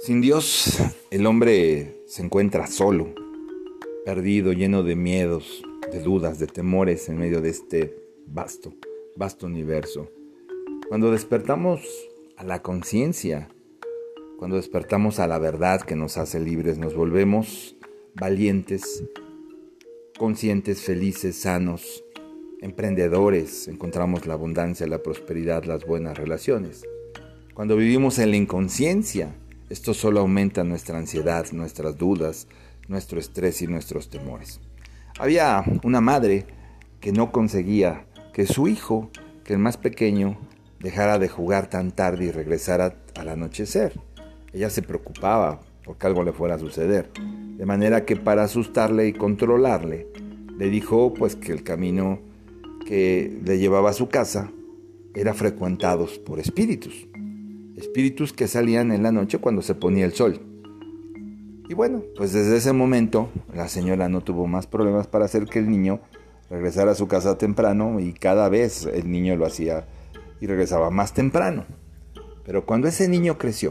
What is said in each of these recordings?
Sin Dios, el hombre se encuentra solo, perdido, lleno de miedos, de dudas, de temores en medio de este vasto universo. Cuando despertamos a la conciencia, cuando despertamos a la verdad que nos hace libres, nos volvemos valientes, conscientes, felices, sanos, emprendedores, encontramos la abundancia, la prosperidad, las buenas relaciones. Cuando vivimos en la inconsciencia, esto solo aumenta nuestra ansiedad, nuestras dudas, nuestro estrés y nuestros temores. Había una madre que no conseguía que su hijo, que el más pequeño, dejara de jugar tan tarde y regresara al anochecer. Ella se preocupaba porque algo le fuera a suceder, de manera que para asustarle y controlarle, le dijo que el camino que le llevaba a su casa era frecuentado por espíritus que salían en la noche cuando se ponía el sol. Y desde ese momento la señora no tuvo más problemas para hacer que el niño regresara a su casa temprano, y cada vez el niño lo hacía y regresaba más temprano. Pero cuando ese niño creció,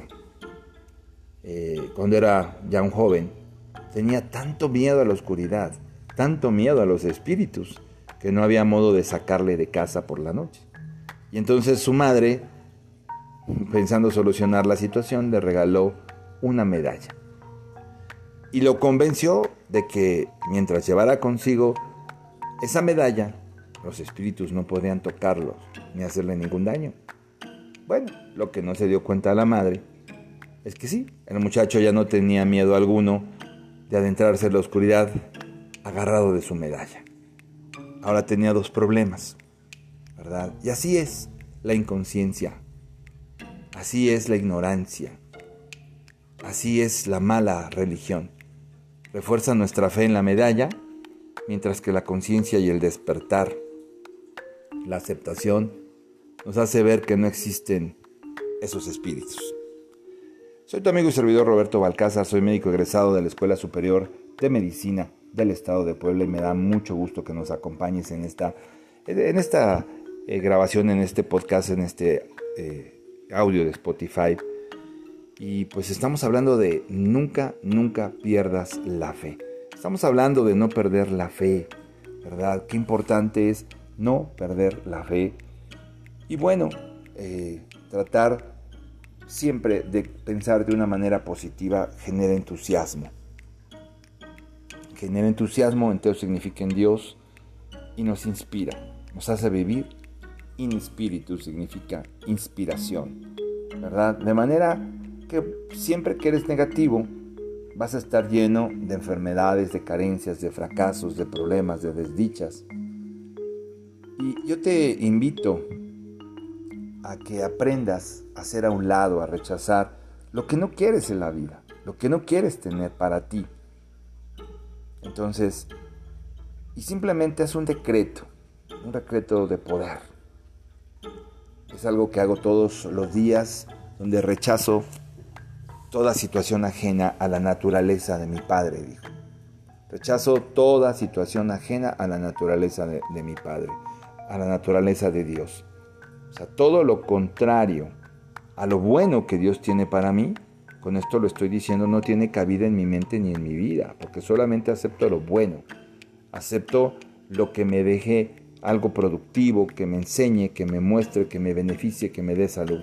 cuando era ya un joven, tenía tanto miedo a la oscuridad, tanto miedo a los espíritus, que no había modo de sacarle de casa por la noche. Y entonces su madre, pensando solucionar la situación, le regaló una medalla. Y lo convenció de que mientras llevara consigo esa medalla, los espíritus no podían tocarlos ni hacerle ningún daño. Lo que no se dio cuenta la madre es que sí, el muchacho ya no tenía miedo alguno de adentrarse en la oscuridad agarrado de su medalla. Ahora tenía dos problemas, ¿verdad? Y así es la inconsciencia, así es la ignorancia, así es la mala religión. Refuerza nuestra fe en la medalla, mientras que la conciencia y el despertar, la aceptación, nos hace ver que no existen esos espíritus. Soy tu amigo y servidor Roberto Balcázar, soy médico egresado de la Escuela Superior de Medicina del Estado de Puebla, y me da mucho gusto que nos acompañes en esta grabación, en este podcast, en este audio de Spotify. Y estamos hablando de nunca pierdas la fe. Estamos hablando de no perder la fe, ¿verdad? Qué importante es no perder la fe. Y tratar siempre de pensar de una manera positiva genera entusiasmo. Genera entusiasmo, entonces significa en Dios, y nos inspira, nos hace vivir. In spiritu significa inspiración, ¿verdad? De manera que siempre que eres negativo, vas a estar lleno de enfermedades, de carencias, de fracasos, de problemas, de desdichas. Y yo te invito a que aprendas a hacer a un lado, a rechazar lo que no quieres en la vida, lo que no quieres tener para ti. Entonces, y simplemente haz un decreto de poder. Es algo que hago todos los días, donde rechazo toda situación ajena a la naturaleza de mi Padre, dijo. Rechazo toda situación ajena a la naturaleza de mi Padre, a la naturaleza de Dios. O sea, todo lo contrario a lo bueno que Dios tiene para mí, con esto lo estoy diciendo, no tiene cabida en mi mente ni en mi vida, porque solamente acepto lo bueno. Acepto lo que me deje algo productivo, que me enseñe, que me muestre, que me beneficie, que me dé salud.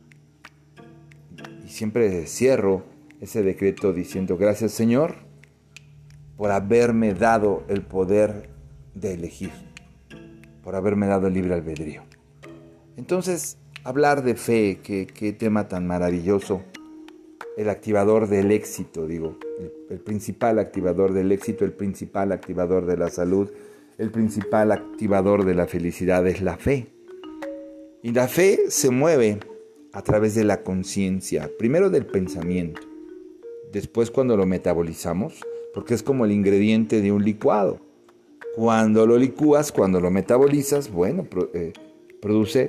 Y siempre cierro ese decreto diciendo: gracias, Señor, por haberme dado el poder de elegir, por haberme dado el libre albedrío. Entonces, hablar de fe, qué tema tan maravilloso. El activador del éxito, el principal activador del éxito, el principal activador de la salud, el principal activador de la felicidad es la fe. Y la fe se mueve a través de la conciencia, primero del pensamiento, después cuando lo metabolizamos, porque es como el ingrediente de un licuado. Cuando lo licúas, cuando lo metabolizas, produce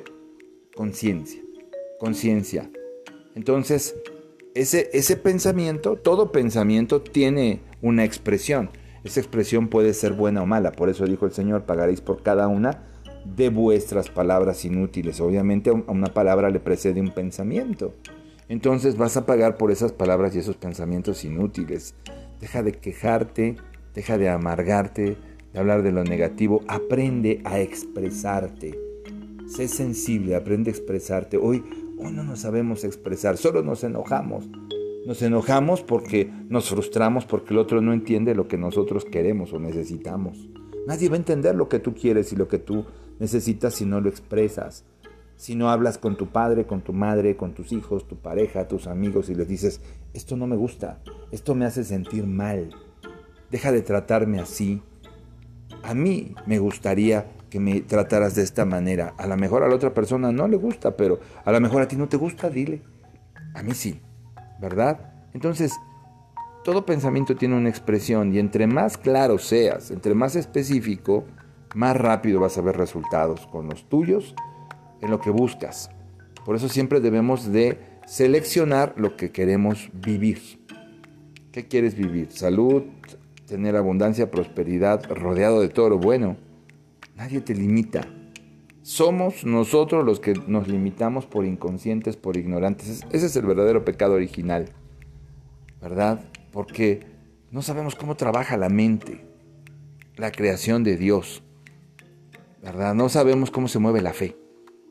conciencia. Entonces, ese pensamiento, todo pensamiento tiene una expresión. Esa expresión puede ser buena o mala. Por eso dijo el Señor: pagaréis por cada una de vuestras palabras inútiles. Obviamente a una palabra le precede un pensamiento. Entonces vas a pagar por esas palabras y esos pensamientos inútiles. Deja de quejarte, deja de amargarte, de hablar de lo negativo. Aprende a expresarte. Sé sensible, aprende a expresarte. Hoy no nos sabemos expresar, solo nos enojamos. Nos enojamos porque nos frustramos, porque el otro no entiende lo que nosotros queremos o necesitamos. Nadie va a entender lo que tú quieres y lo que tú necesitas si no lo expresas. Si no hablas con tu padre, con tu madre, con tus hijos, tu pareja, tus amigos y les dices, esto no me gusta, esto me hace sentir mal, deja de tratarme así. A mí me gustaría que me trataras de esta manera. A lo mejor a la otra persona no le gusta, pero a lo mejor a ti no te gusta, dile. A mí sí, ¿verdad? Entonces, todo pensamiento tiene una expresión y entre más claro seas, entre más específico, más rápido vas a ver resultados con los tuyos en lo que buscas. Por eso siempre debemos de seleccionar lo que queremos vivir. ¿Qué quieres vivir? Salud, tener abundancia, prosperidad, rodeado de todo lo bueno. Nadie te limita. Somos nosotros los que nos limitamos por inconscientes, por ignorantes. Ese es el verdadero pecado original, ¿verdad? Porque no sabemos cómo trabaja la mente, la creación de Dios, ¿verdad? No sabemos cómo se mueve la fe.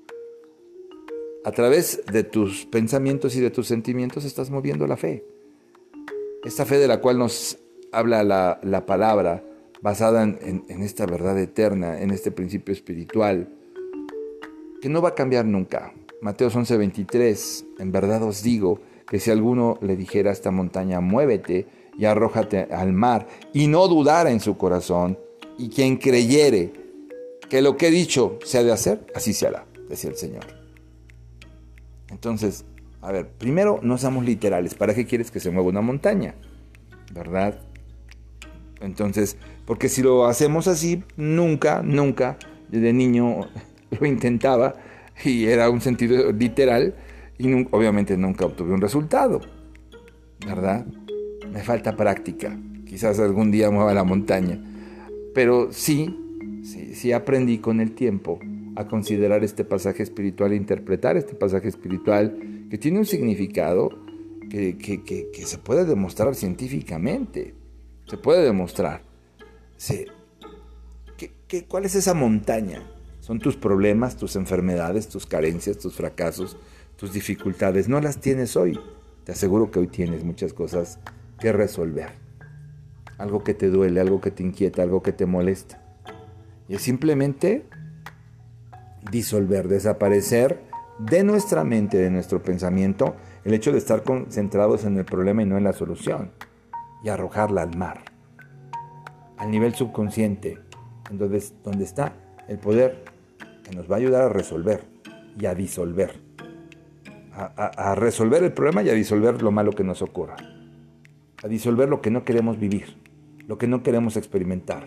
A través de tus pensamientos y de tus sentimientos estás moviendo la fe. Esta fe de la cual nos habla la palabra, basada en esta verdad eterna, en este principio espiritual, que no va a cambiar nunca. Mateo 11:23, en verdad os digo que si alguno le dijera a esta montaña, muévete y arrójate al mar, y no dudara en su corazón, y quien creyere que lo que he dicho se ha de hacer, así se hará, decía el Señor. Entonces, a ver, primero no seamos literales. ¿Para qué quieres que se mueva una montaña? ¿Verdad? Entonces, porque si lo hacemos así, nunca, desde niño lo intentaba y era un sentido literal y obviamente nunca obtuve un resultado, ¿verdad? Me falta práctica. Quizás algún día mueva la montaña. Pero sí aprendí con el tiempo a considerar este pasaje espiritual e interpretar este pasaje espiritual que tiene un significado que se puede demostrar científicamente. Se puede demostrar. ¿Cuál es esa montaña? Son tus problemas, tus enfermedades, tus carencias, tus fracasos, tus dificultades. No las tienes hoy. Te aseguro que hoy tienes muchas cosas que resolver. Algo que te duele, algo que te inquieta, algo que te molesta. Y es simplemente disolver, desaparecer de nuestra mente, de nuestro pensamiento, el hecho de estar concentrados en el problema y no en la solución, y arrojarla al mar, al nivel subconsciente, donde está el poder que nos va a ayudar a resolver y a disolver, a resolver el problema y a disolver lo malo que nos ocurra, a disolver lo que no queremos vivir, lo que no queremos experimentar.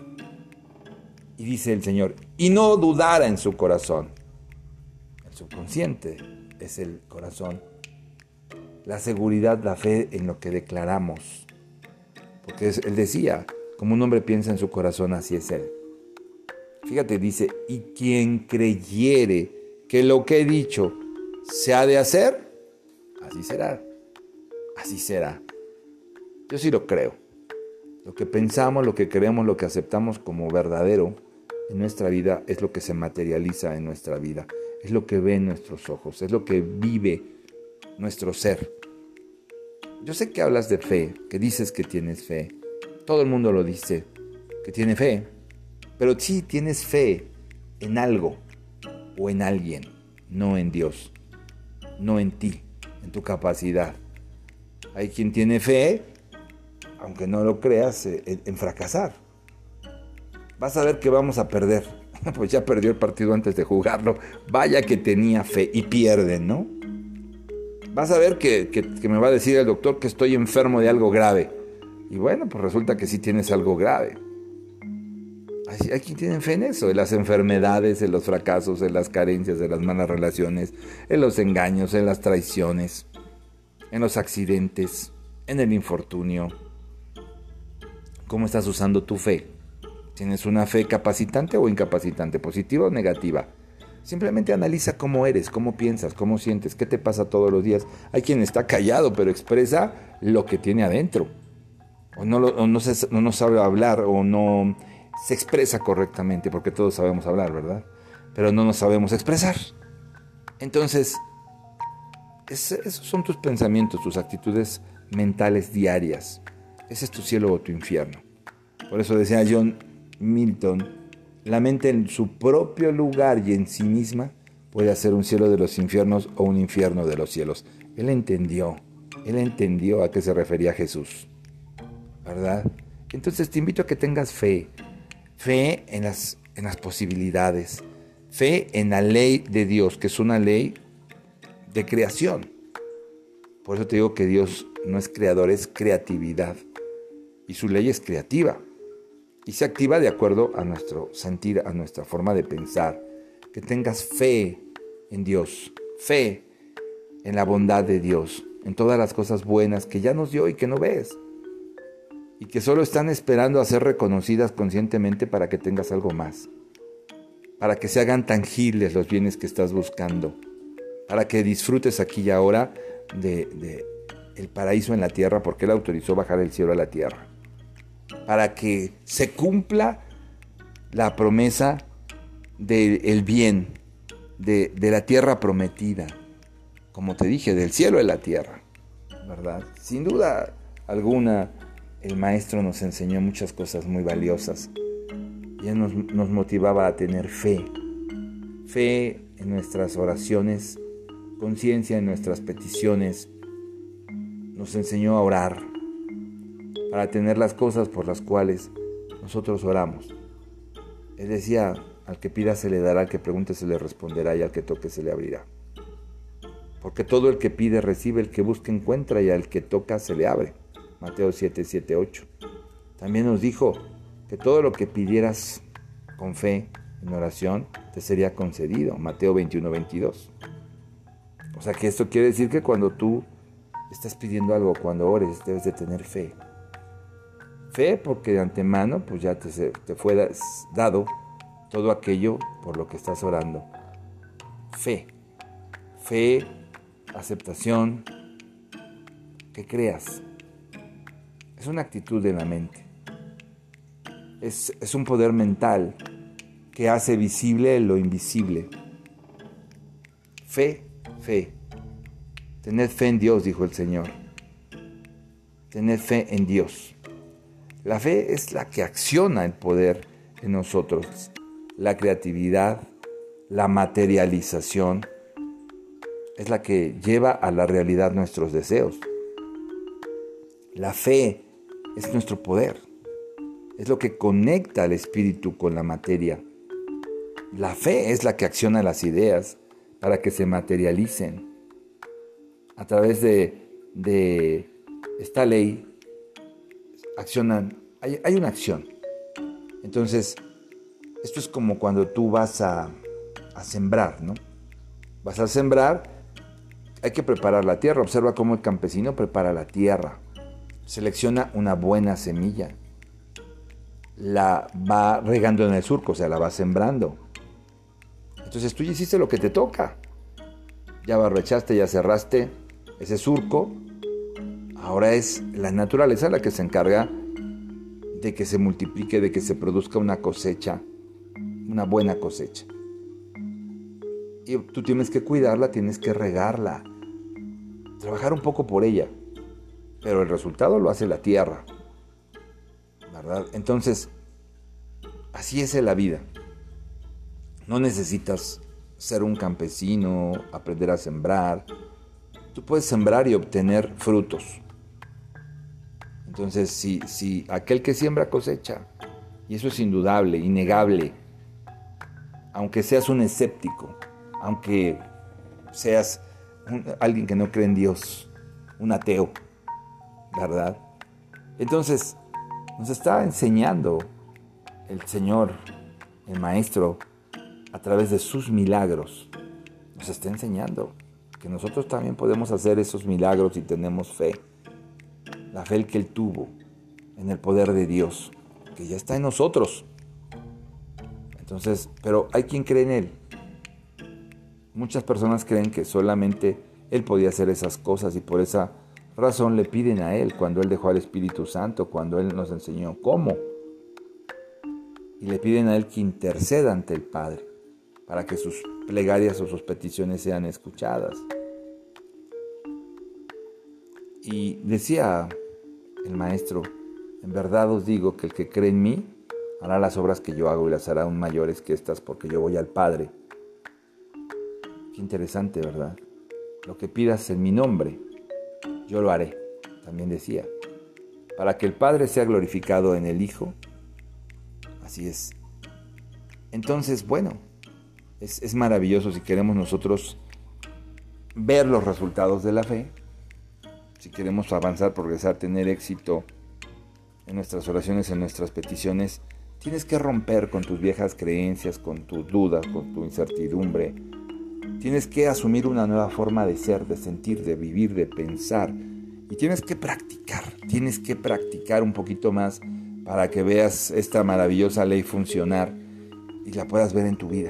Y dice el Señor, y no dudara en su corazón. El subconsciente es el corazón. La seguridad, la fe en lo que declaramos. Porque Él decía, como un hombre piensa en su corazón, así es Él. Fíjate, dice, y quien creyere que lo que he dicho se ha de hacer, así será. Así será. Yo sí lo creo. Lo que pensamos, lo que creemos, lo que aceptamos como verdadero en nuestra vida es lo que se materializa en nuestra vida, es lo que ven nuestros ojos, es lo que vive nuestro ser. Yo sé que hablas de fe, que dices que tienes fe, todo el mundo lo dice, que tiene fe, pero sí tienes fe en algo o en alguien, no en Dios, no en ti, en tu capacidad. Hay quien tiene fe, aunque no lo creas, en fracasar. Vas a ver que vamos a perder. Pues ya perdió el partido antes de jugarlo. Vaya que tenía fe y pierden, ¿no? Vas a ver que me va a decir el doctor que estoy enfermo de algo grave. Y bueno, pues resulta que sí tienes algo grave. Hay quien tiene fe en eso, en las enfermedades, en los fracasos, en las carencias, en las malas relaciones, en los engaños, en las traiciones, en los accidentes, en el infortunio. ¿Cómo estás usando tu fe? ¿Tienes una fe capacitante o incapacitante? ¿Positiva o negativa? Simplemente analiza cómo eres, cómo piensas, cómo sientes, qué te pasa todos los días. Hay quien está callado, pero expresa lo que tiene adentro. O no sabe hablar, o no se expresa correctamente, porque todos sabemos hablar, ¿verdad? Pero no nos sabemos expresar. Entonces, esos son tus pensamientos, tus actitudes mentales diarias. Ese es tu cielo o tu infierno. Por eso decía John Milton, la mente en su propio lugar y en sí misma puede hacer un cielo de los infiernos o un infierno de los cielos. Él entendió a qué se refería Jesús, ¿verdad? Entonces te invito a que tengas fe en las posibilidades, fe en la ley de Dios, que es una ley de creación. Por eso te digo que Dios no es creador, es creatividad, y su ley es creativa. Y se activa de acuerdo a nuestro sentir, a nuestra forma de pensar. Que tengas fe en Dios, fe en la bondad de Dios, en todas las cosas buenas que ya nos dio y que no ves. Y que solo están esperando a ser reconocidas conscientemente para que tengas algo más. Para que se hagan tangibles los bienes que estás buscando. Para que disfrutes aquí y ahora de el paraíso en la tierra, porque Él autorizó bajar el cielo a la tierra. Para que se cumpla la promesa del bien, de la tierra prometida, como te dije, del cielo a la tierra, ¿verdad? Sin duda alguna, el Maestro nos enseñó muchas cosas muy valiosas y Él nos motivaba a tener fe en nuestras oraciones, conciencia en nuestras peticiones, nos enseñó a orar, para tener las cosas por las cuales nosotros oramos. Él decía, al que pida se le dará, al que pregunte se le responderá y al que toque se le abrirá. Porque todo el que pide recibe, el que busca encuentra y al que toca se le abre. Mateo 7, 7, 8. También nos dijo que todo lo que pidieras con fe en oración te sería concedido. Mateo 21, 22. O sea que esto quiere decir que cuando tú estás pidiendo algo, cuando ores, debes de tener fe. Fe porque de antemano pues ya te fue dado todo aquello por lo que estás orando. Fe, aceptación, que creas. Es una actitud de la mente. Es un poder mental que hace visible lo invisible. Fe. Tened fe en Dios, dijo el Señor. Tened fe en Dios. La fe es la que acciona el poder en nosotros, la creatividad, la materialización, es la que lleva a la realidad nuestros deseos. La fe es nuestro poder, es lo que conecta al espíritu con la materia. La fe es la que acciona las ideas para que se materialicen. A través de esta ley, hay una acción. Entonces, esto es como cuando tú vas a sembrar, ¿no? Vas a sembrar, hay que preparar la tierra. Observa cómo el campesino prepara la tierra. Selecciona una buena semilla. La va regando en el surco, o sea, la va sembrando. Entonces tú ya hiciste lo que te toca. Ya barrechaste, ya cerraste ese surco. Ahora es la naturaleza la que se encarga de que se multiplique, de que se produzca una cosecha, una buena cosecha. Y tú tienes que cuidarla, tienes que regarla, trabajar un poco por ella, pero el resultado lo hace la tierra, ¿verdad? Entonces, así es en la vida. No necesitas ser un campesino, aprender a sembrar. Tú puedes sembrar y obtener frutos. Entonces, si aquel que siembra cosecha, y eso es indudable, innegable, aunque seas un escéptico, aunque seas alguien que no cree en Dios, un ateo, ¿verdad? Entonces, nos está enseñando el Señor, el Maestro, a través de sus milagros, nos está enseñando que nosotros también podemos hacer esos milagros si tenemos fe. La fe que Él tuvo en el poder de Dios, que ya está en nosotros. Entonces, pero hay quien cree en Él. Muchas personas creen que solamente Él podía hacer esas cosas y por esa razón le piden a Él cuando Él dejó al Espíritu Santo, cuando Él nos enseñó cómo. Y le piden a Él que interceda ante el Padre para que sus plegarias o sus peticiones sean escuchadas. Y decía el Maestro, en verdad os digo que el que cree en mí hará las obras que yo hago y las hará aún mayores que estas porque yo voy al Padre. Qué interesante, ¿verdad? Lo que pidas en mi nombre, yo lo haré, también decía, para que el Padre sea glorificado en el Hijo. Así es. Entonces, bueno, es maravilloso si queremos nosotros ver los resultados de la fe, si queremos avanzar, progresar, tener éxito en nuestras oraciones, en nuestras peticiones, tienes que romper con tus viejas creencias, con tus dudas, con tu incertidumbre. Tienes que asumir una nueva forma de ser, de sentir, de vivir, de pensar. Y tienes que practicar un poquito más para que veas esta maravillosa ley funcionar y la puedas ver en tu vida.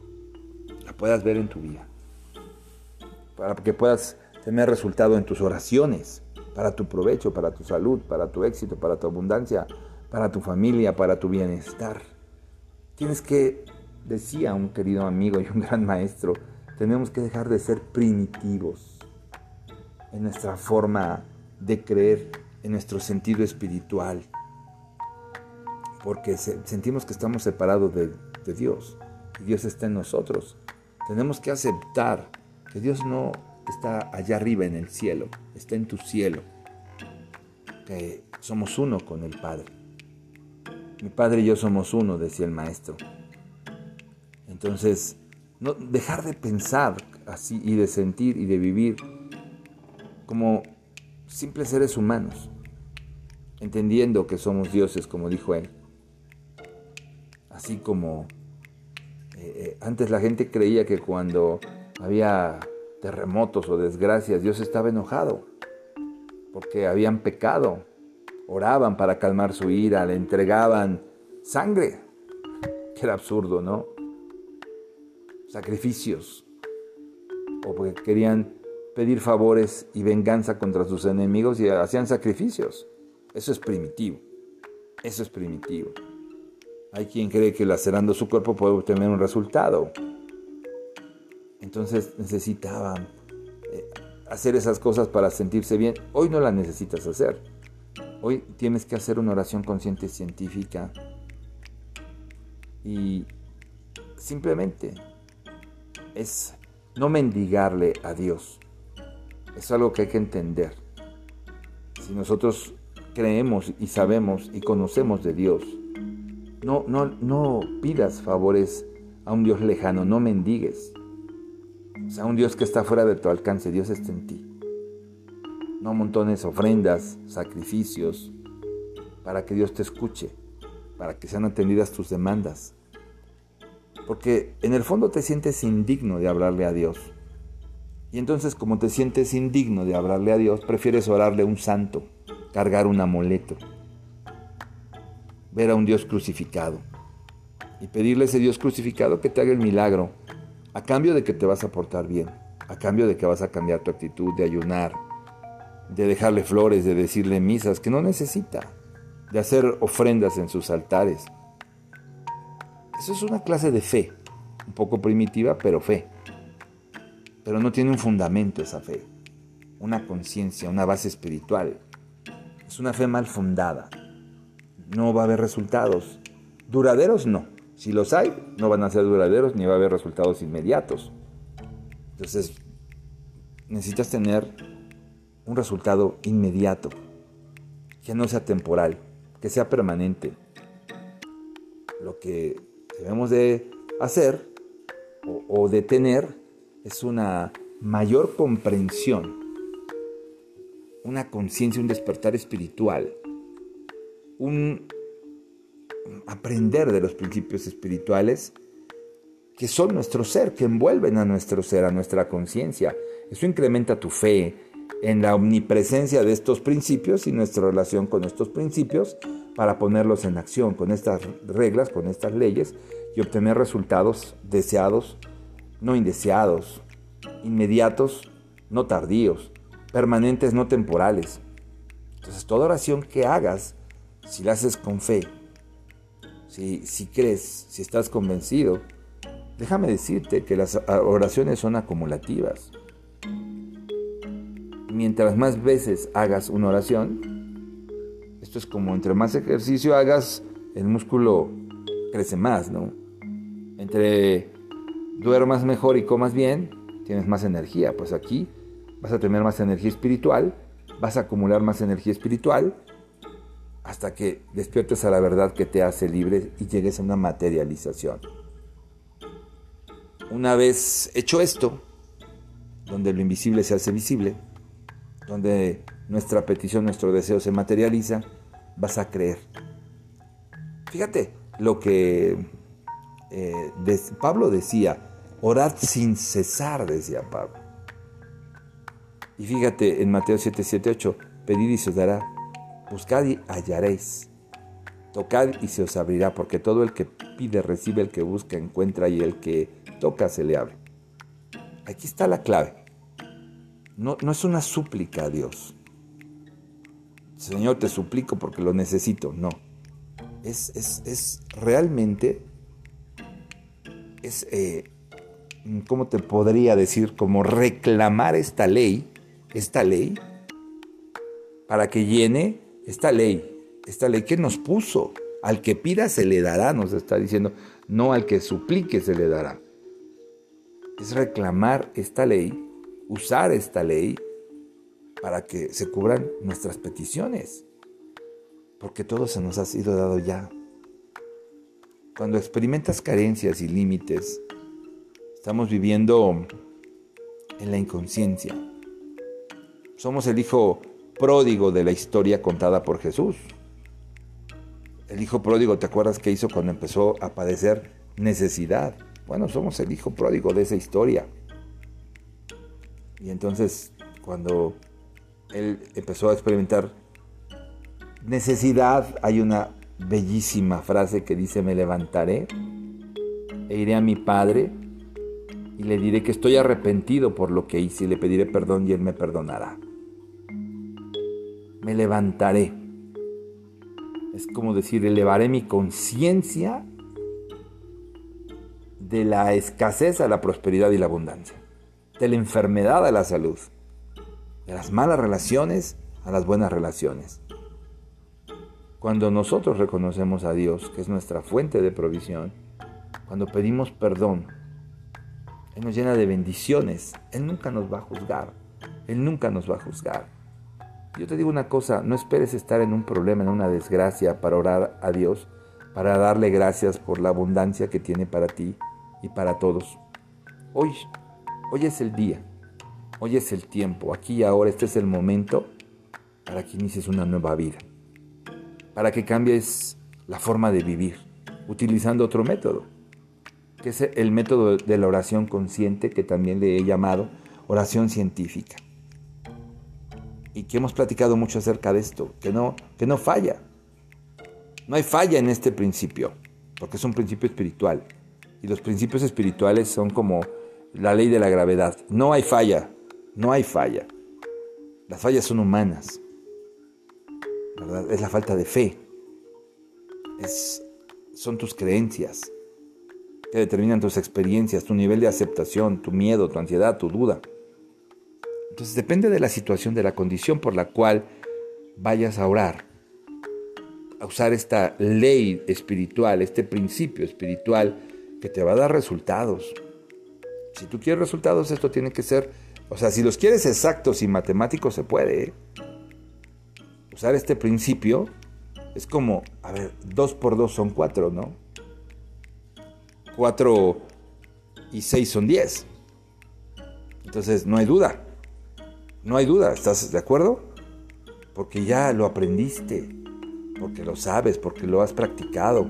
Para que puedas tener resultado en tus oraciones, para tu provecho, para tu salud, para tu éxito, para tu abundancia, para tu familia, para tu bienestar. Tienes que, decía un querido amigo y un gran maestro, tenemos que dejar de ser primitivos en nuestra forma de creer, en nuestro sentido espiritual, porque sentimos que estamos separados de Dios y Dios está en nosotros. Tenemos que aceptar que Dios no está allá arriba en el cielo, está en tu cielo, que somos uno con el Padre. Mi Padre y yo somos uno, decía el Maestro. Entonces, no dejar de pensar así y de sentir y de vivir como simples seres humanos, entendiendo que somos dioses, como dijo él. Así como antes la gente creía que cuando había terremotos o desgracias, Dios estaba enojado porque habían pecado. Oraban para calmar su ira, le entregaban sangre, que era absurdo, ¿no? Sacrificios, o porque querían pedir favores y venganza contra sus enemigos y hacían sacrificios. Eso es primitivo. Hay quien cree que lacerando su cuerpo puede obtener un resultado. Entonces necesitaban hacer esas cosas para sentirse bien. Hoy no las necesitas hacer. Hoy tienes que hacer una oración consciente científica y simplemente es no mendigarle a Dios. Es algo que hay que entender. Si nosotros creemos y sabemos y conocemos de Dios, no pidas favores a un Dios lejano, no mendigues. O sea, un Dios que está fuera de tu alcance, Dios está en ti. No montones ofrendas, sacrificios, para que Dios te escuche, para que sean atendidas tus demandas. Porque en el fondo te sientes indigno de hablarle a Dios. Y entonces, como te sientes indigno de hablarle a Dios, prefieres orarle a un santo, cargar un amuleto, ver a un Dios crucificado y pedirle a ese Dios crucificado que te haga el milagro, a cambio de que te vas a portar bien, a cambio de que vas a cambiar tu actitud de ayunar, de dejarle flores, de decirle misas que no necesita, de hacer ofrendas en sus altares. Eso es una clase de fe, un poco primitiva, pero fe. Pero no tiene un fundamento esa fe, una conciencia, una base espiritual. Es una fe mal fundada. No va a haber resultados. Duraderos no. Si los hay, no van a ser duraderos ni va a haber resultados inmediatos. Entonces, necesitas tener un resultado inmediato, que no sea temporal, que sea permanente. Lo que debemos de hacer o de tener es una mayor comprensión, una conciencia, un despertar espiritual, un aprender de los principios espirituales que son nuestro ser, que envuelven a nuestro ser, a nuestra conciencia. Eso incrementa tu fe en la omnipresencia de estos principios y nuestra relación con estos principios para ponerlos en acción con estas reglas, con estas leyes y obtener resultados deseados, no indeseados, inmediatos, no tardíos, permanentes, no temporales. Entonces, toda oración que hagas, si la haces con fe, si crees, si estás convencido, déjame decirte que las oraciones son acumulativas. Mientras más veces hagas una oración, esto es como entre más ejercicio hagas, el músculo crece más, ¿no? Entre duermas mejor y comas bien, tienes más energía. Pues aquí vas a tener más energía espiritual, vas a acumular más energía espiritual, hasta que despiertes a la verdad que te hace libre y llegues a una materialización. Una vez hecho esto, donde lo invisible se hace visible, donde nuestra petición, nuestro deseo se materializa, vas a creer. Fíjate lo que Pablo decía, orad sin cesar, decía Pablo. Y fíjate en Mateo 7:8, pedid y se os dará, buscad y hallaréis, tocad y se os abrirá, porque todo el que pide recibe, el que busca encuentra y el que toca se le abre. Aquí está la clave. No es una súplica a Dios. Señor, te suplico porque lo necesito. No. Es realmente, ¿cómo te podría decir? Como reclamar esta ley, para que llene esta ley que nos puso. Al que pida se le dará, nos está diciendo, no al que suplique se le dará. Es reclamar esta ley, usar esta ley para que se cubran nuestras peticiones, porque todo se nos ha sido dado ya. Cuando experimentas carencias y límites, estamos viviendo en la inconsciencia. Somos el hijo pródigo de la historia contada por Jesús. El hijo pródigo, ¿te acuerdas qué hizo cuando empezó a padecer necesidad? Bueno, somos el hijo pródigo de esa historia. Y entonces, cuando él empezó a experimentar necesidad, hay una bellísima frase que dice, me levantaré e iré a mi padre y le diré que estoy arrepentido por lo que hice y le pediré perdón y él me perdonará. Me levantaré. Es como decir, elevaré mi conciencia de la escasez a la prosperidad y la abundancia, de la enfermedad a la salud, de las malas relaciones a las buenas relaciones. Cuando nosotros reconocemos a Dios, que es nuestra fuente de provisión, cuando pedimos perdón, Él nos llena de bendiciones. Él nunca nos va a juzgar. Él nunca nos va a juzgar. Yo te digo una cosa, no esperes estar en un problema, en una desgracia, para orar a Dios, para darle gracias por la abundancia que tiene para ti y para todos. Hoy es el día, hoy es el tiempo, aquí y ahora, este es el momento para que inicies una nueva vida, para que cambies la forma de vivir, utilizando otro método, que es el método de la oración consciente, que también le he llamado oración científica. Y que hemos platicado mucho acerca de esto, que no falla. No hay falla en este principio, porque es un principio espiritual. Y los principios espirituales son como la ley de la gravedad. No hay falla, no hay falla. Las fallas son humanas, ¿verdad? Es la falta de fe. Son tus creencias que determinan tus experiencias, tu nivel de aceptación, tu miedo, tu ansiedad, tu duda. Entonces depende de la situación, de la condición por la cual vayas a orar, a usar esta ley espiritual, este principio espiritual que te va a dar resultados. Si tú quieres resultados, esto tiene que ser, si los quieres exactos y matemáticos, se puede, ¿eh? Usar este principio es como, 2 por 2 son 4, ¿no? 4 y 6 son 10. Entonces no hay duda, ¿estás de acuerdo? Porque ya lo aprendiste, porque lo sabes, porque lo has practicado.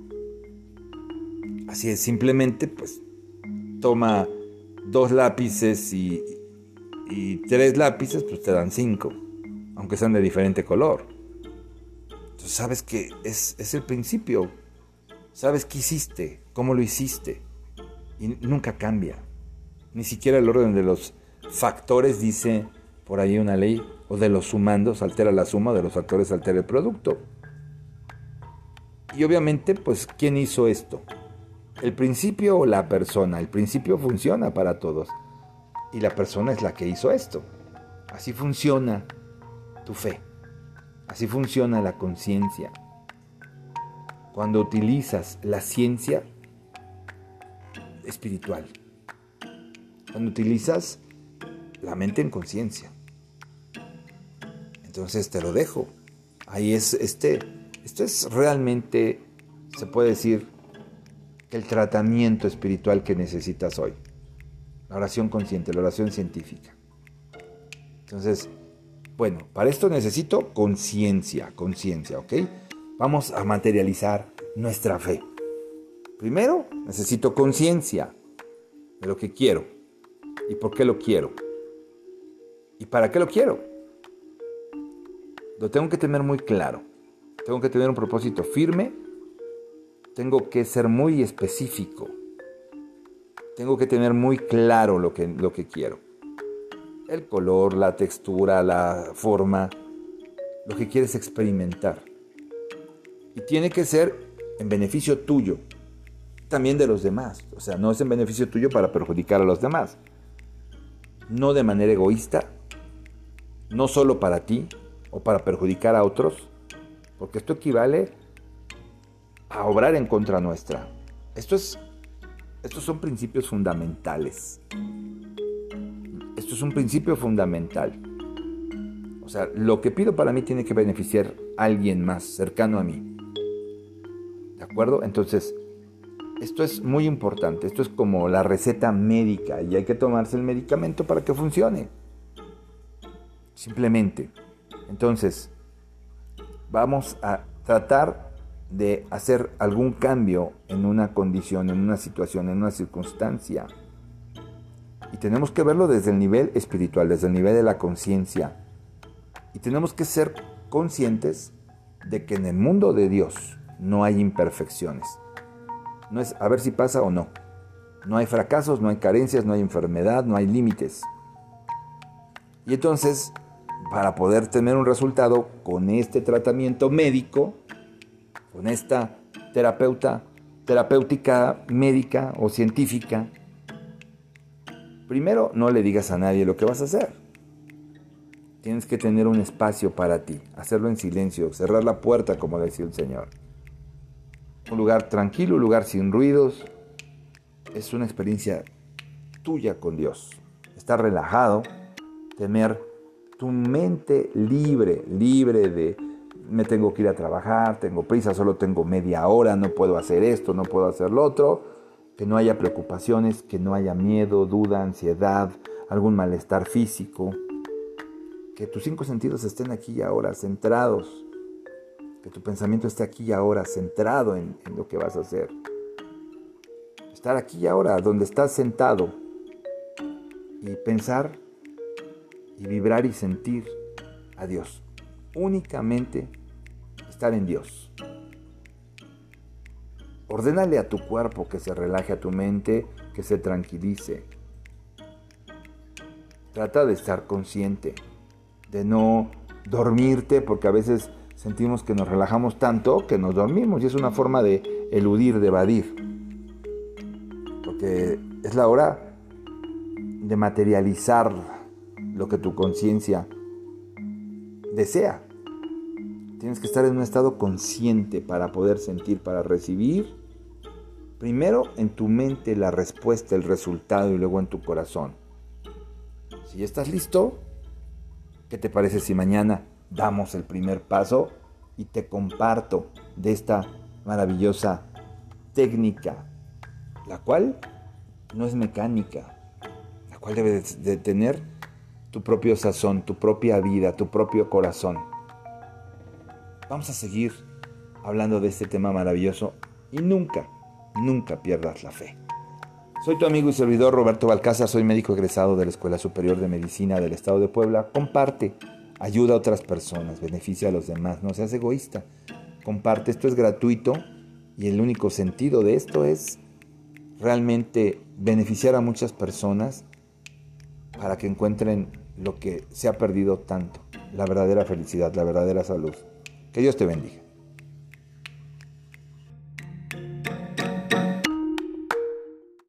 Así es, simplemente pues toma 2 lápices y 3 lápices, pues te dan 5, aunque sean de diferente color. Entonces sabes que es el principio, sabes qué hiciste, cómo lo hiciste, y nunca cambia. Ni siquiera el orden de los factores dice por ahí una ley, o de los sumandos altera la suma, de los factores altera el producto. Y obviamente, pues, ¿quién hizo esto? ¿El principio o la persona? El principio funciona para todos. Y la persona es la que hizo esto. Así funciona tu fe. Así funciona la conciencia. Cuando utilizas la ciencia espiritual. Cuando utilizas la mente en conciencia. Entonces te lo dejo. Ahí es esto es realmente, se puede decir, el tratamiento espiritual que necesitas hoy. La oración consciente, la oración científica. Entonces, bueno, para esto necesito conciencia, ¿ok? Vamos a materializar nuestra fe. Primero, necesito conciencia de lo que quiero y por qué lo quiero y para qué lo quiero. Lo tengo que tener muy claro. Tengo que tener un propósito firme. Tengo que ser muy específico. Tengo que tener muy claro lo que quiero. El color, la textura, la forma, lo que quieres experimentar. Y tiene que ser en beneficio tuyo, también de los demás. O sea, no es en beneficio tuyo para perjudicar a los demás. No de manera egoísta, no solo para ti o para perjudicar a otros, porque esto equivale a obrar en contra nuestra. Estos son principios fundamentales. Esto es un principio fundamental. O sea, lo que pido para mí tiene que beneficiar a alguien más cercano a mí. ¿De acuerdo? Entonces, esto es muy importante. Esto es como la receta médica y hay que tomarse el medicamento para que funcione. Simplemente. Entonces, vamos a tratar de hacer algún cambio en una condición, en una situación, en una circunstancia. Y tenemos que verlo desde el nivel espiritual, desde el nivel de la conciencia. Y tenemos que ser conscientes de que en el mundo de Dios no hay imperfecciones. No es a ver si pasa o no. No hay fracasos, no hay carencias, no hay enfermedad, no hay límites. Y entonces, para poder tener un resultado con este tratamiento médico, con esta terapéutica médica o científica, primero no le digas a nadie lo que vas a hacer. Tienes que tener un espacio para ti, hacerlo en silencio, cerrar la puerta, como decía el Señor. Un lugar tranquilo, un lugar sin ruidos. Es una experiencia tuya con Dios. Estar relajado, tener tu mente libre de me tengo que ir a trabajar, tengo prisa, solo tengo media hora, no puedo hacer esto, no puedo hacer lo otro. Que no haya preocupaciones, que no haya miedo, duda, ansiedad, algún malestar físico. Que tus 5 sentidos estén aquí y ahora, centrados. Que tu pensamiento esté aquí y ahora, centrado en lo que vas a hacer. Estar aquí y ahora, donde estás sentado. Y pensar y vibrar y sentir a Dios. Únicamente estar en Dios. Ordénale a tu cuerpo que se relaje, a tu mente que se tranquilice. Trata de estar consciente, de no dormirte, porque a veces sentimos que nos relajamos tanto que nos dormimos y es una forma de eludir, de evadir. Porque es la hora de materializar lo que tu conciencia desea. Tienes que estar en un estado consciente para poder sentir, para recibir primero en tu mente la respuesta, el resultado y luego en tu corazón. Si ya estás listo, ¿qué te parece si mañana damos el primer paso y te comparto de esta maravillosa técnica, la cual no es mecánica, la cual debes de tener tu propio sazón, tu propia vida, tu propio corazón? Vamos a seguir hablando de este tema maravilloso y nunca pierdas la fe. Soy tu amigo y servidor Roberto Balcázar, soy médico egresado de la Escuela Superior de Medicina del Estado de Puebla. Comparte, ayuda a otras personas, beneficia a los demás, no seas egoísta. Comparte, esto es gratuito y el único sentido de esto es realmente beneficiar a muchas personas para que encuentren lo que se ha perdido tanto, la verdadera felicidad, la verdadera salud. Que Dios te bendiga.